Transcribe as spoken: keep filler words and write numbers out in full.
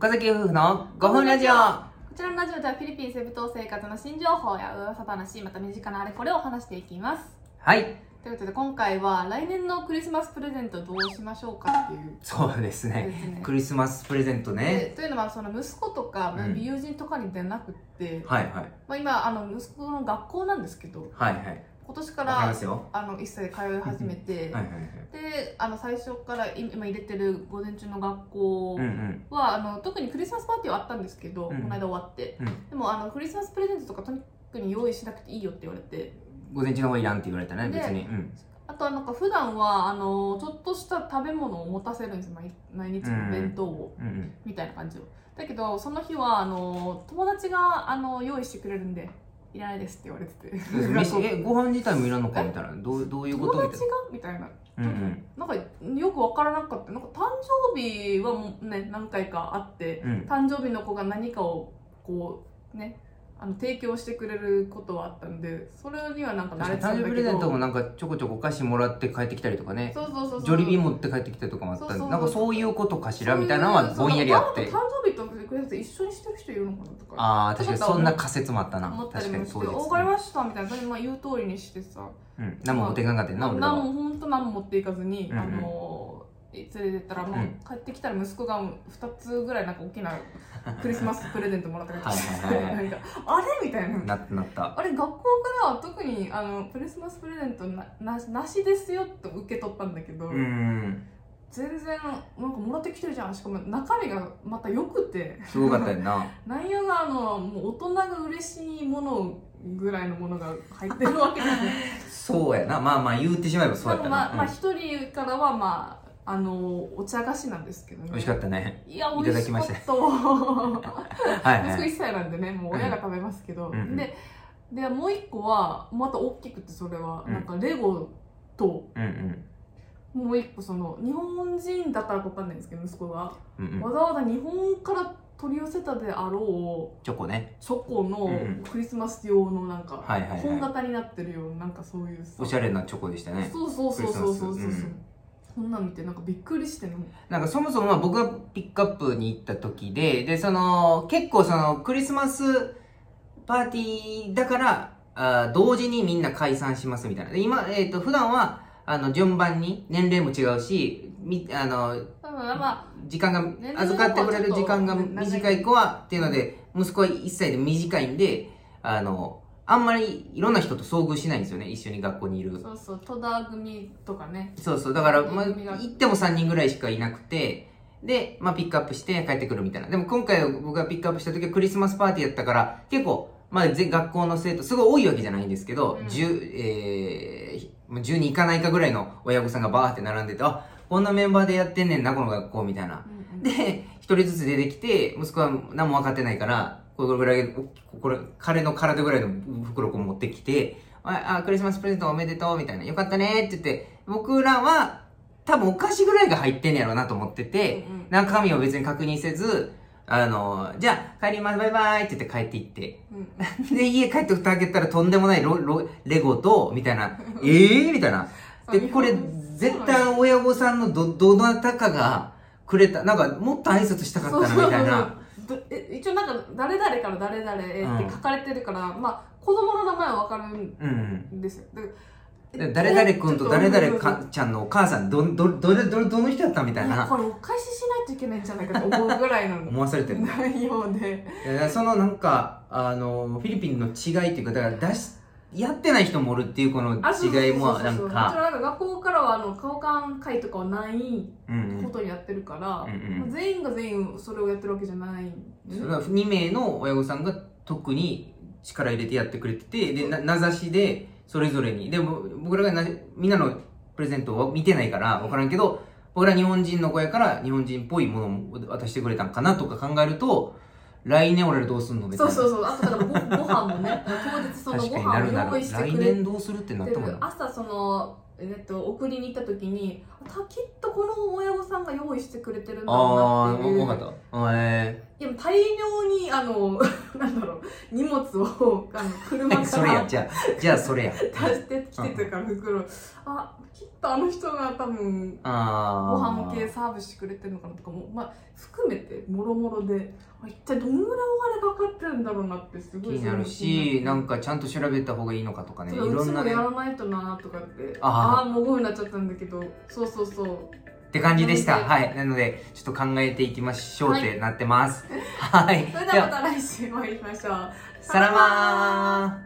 岡崎夫婦のごふんラジオ。 こちらのラジオではフィリピンセブ島生活の新情報や噂話、また身近なあれこれを話していきます。 はい。 ということで今回は来年のクリスマスプレゼントどうしましょうかっていう。 そうですね。ですねクリスマスプレゼントね。 というのはその息子とか、うん、友人とかにでなくって、 はいはい。 まあ、今あの息子の学校なんですけど、 はいはい。 今年からあのいっさいで通い始めて、 はいはいはい、 であの最初から今入れてる午前中の学校は、うんうん、あの特にクリスマスパーティーはあったんですけど、うん、この間終わって、うん、でもあのクリスマスプレゼントとかとにかくに用意しなくていいよって言われて、 午前中の方いらんって言われたね別に、うん、 あとはなんか普段はあのちょっとした食べ物を持たせるんですよ、毎日の弁当を、うんうん、みたいな感じを。だけどその日はあの友達があの用意してくれるんでいらないですって言われててえ、ご飯自体もいらんのかみたいな、どう、どういうこと友達がみたいな、うんうん、なんかよく分からなかった。なんか誕生日はもうね何回かあって、うん、誕生日の子が何かをこうねあの提供してくれることはあったんで、それにはなんか慣れてたんだけど、誕生日プレゼントもなんかちょこちょこお菓子もらって帰ってきたりとかね、 そうそうそうそう、 ジョリビー持って帰ってきたりとかもあったんで、なんかそういうことかしらみたいなのはぼんやりあって、 誕生日とプレゼント一緒にしてる人いるのかなとか、 ああ確かにそんな仮説もあったな。 思ったりもして、 確かにそうです、ね、 分かりましたみたいな、それまあ言う通りにしてさ、 うん、何も持っていかんかってんな、 俺らは。何も本当何も持っていかずに、うんうん、あの連れてったらもう、うん、帰ってきたら息子がふたつぐらいなんか大きなクリスマスプレゼントもらった感じでなんかあれみたいななってなった。 あれ学校からは特にあのクリスマスプレゼント な, な, なしですよって受け取ったんだけど、うん全然なんかもらってきてるじゃん。しかも中身がまたよくてすごかったよななんやがあのもう大人が嬉しいものぐらいのものが入ってるわけですねそうやな、まあまあ言ってしまえばそうやったな。 まあまあ一、うん、人からはまああのお茶菓子なんですけどね。 美味しかったね。 いや美味しかったはい、はい、息子いっさいなんでね、もう親が食べますけど、うん、ででもう一個はまた大きくて、それはなんかレゴと、うんうん、もう一個その日本人だったら分かんないんですけど息子が、うんうん、わざわざ日本から取り寄せたであろうチョコね、 チョコのクリスマス用のなんか本型になってるような、なんかそういうおしゃれなチョコでしたね。 そうそうそうそうそうそう、こんなん見てなんかびっくりしてね。 なんかそもそも僕がピックアップに行った時で、でその結構そのクリスマスパーティーだからあ同時にみんな解散しますみたいな。で今えっ、ー、と普段はあの順番に年齢も違うし、みあの、まあ、時間が預かってくれる時間が短い子はっていうので、息子はいっさいで短いんで、あの。あんまりいろんな人と遭遇しないんですよね、一緒に学校にいる。 そうそう、戸田組とかね。 そうそう、だから、まあ、行ってもさんにんぐらいしかいなくて、で、まあ、ピックアップして帰ってくるみたいな。でも今回僕がピックアップした時はクリスマスパーティーやったから、結構、まあ、学校の生徒、すごい多いわけじゃないんですけど、うん、じゅう、えー、じゅうに行かないかぐらいの親御さんがバーって並んでて、あ、こんなメンバーでやってんねんな、この学校、みたいな。うんうん、で、一人ずつ出てきて、息子は何も分かってないから、これぐらい、これ、彼の体ぐらいの袋を持ってきて、あ、あクリスマスプレゼントおめでとう、みたいな。よかったねって言って、僕らは、多分お菓子ぐらいが入ってんやろうなと思ってて、うんうん、中身を別に確認せず、あの、じゃあ帰ります、バイバイって言って帰っていって、うん、で、家帰って蓋開けたらとんでもないロロレゴと、みたいな、えーみたいな。で、これ、絶対親御さんのど、どなたかがくれた、なんかもっと挨拶したかったな、みたいな。 え一応なんか誰々から誰々って書かれてるから、うん、まあ子供の名前は分かるんですよ、 うん、誰々君と誰々かちゃんのお母さんどどどれどれどの人やったみたいな、 これお返ししないといけないんじゃないかと思うぐらいの思わされてる内容で、 そのなんかあのフィリピンの違いっていうか、だから出しやってない人もおるっていうこの違いもなんか、 学校からはあの交換会とかはないことにやってるから、うんうん、全員が全員それをやってるわけじゃない、ね、 それはに名の親御さんが特に力入れてやってくれてて、でな名指しでそれぞれに、でも僕らがなみんなのプレゼントを見てないから分からんけど、僕ら日本人の子やから日本人っぽいものを渡してくれたんかなとか考えると、来年俺らどうすんのみたいな。 そうそうそう、あとだからごご飯もね当日そのご飯を用意してくれて、 来年どうするってなったもん。 朝そのえっと、送りに行った時にたきっとこの親御さんが用意してくれてるんだろうなっていう。 ああ、分かった。えー、いや大量にあのなんだろう荷物をあの車からそれやじゃあじゃあそれや出してきてたから袋、あきっとあの人が多分ご飯系サーブしてくれてるのかなとかも、まあ、含めてもろもろで一体どんぐらいお金かかってるんだろうなってすごい気になるし、なんかちゃんと調べた方がいいのかとかね、いろんな、ね、やらないとなとかってああもうごふんになっちゃったんだけど、そうそうそうって感じでした。はい。なので、ちょっと考えていきましょうってなってます。はい。 それではまた来週お会いしましょう。 さらばー。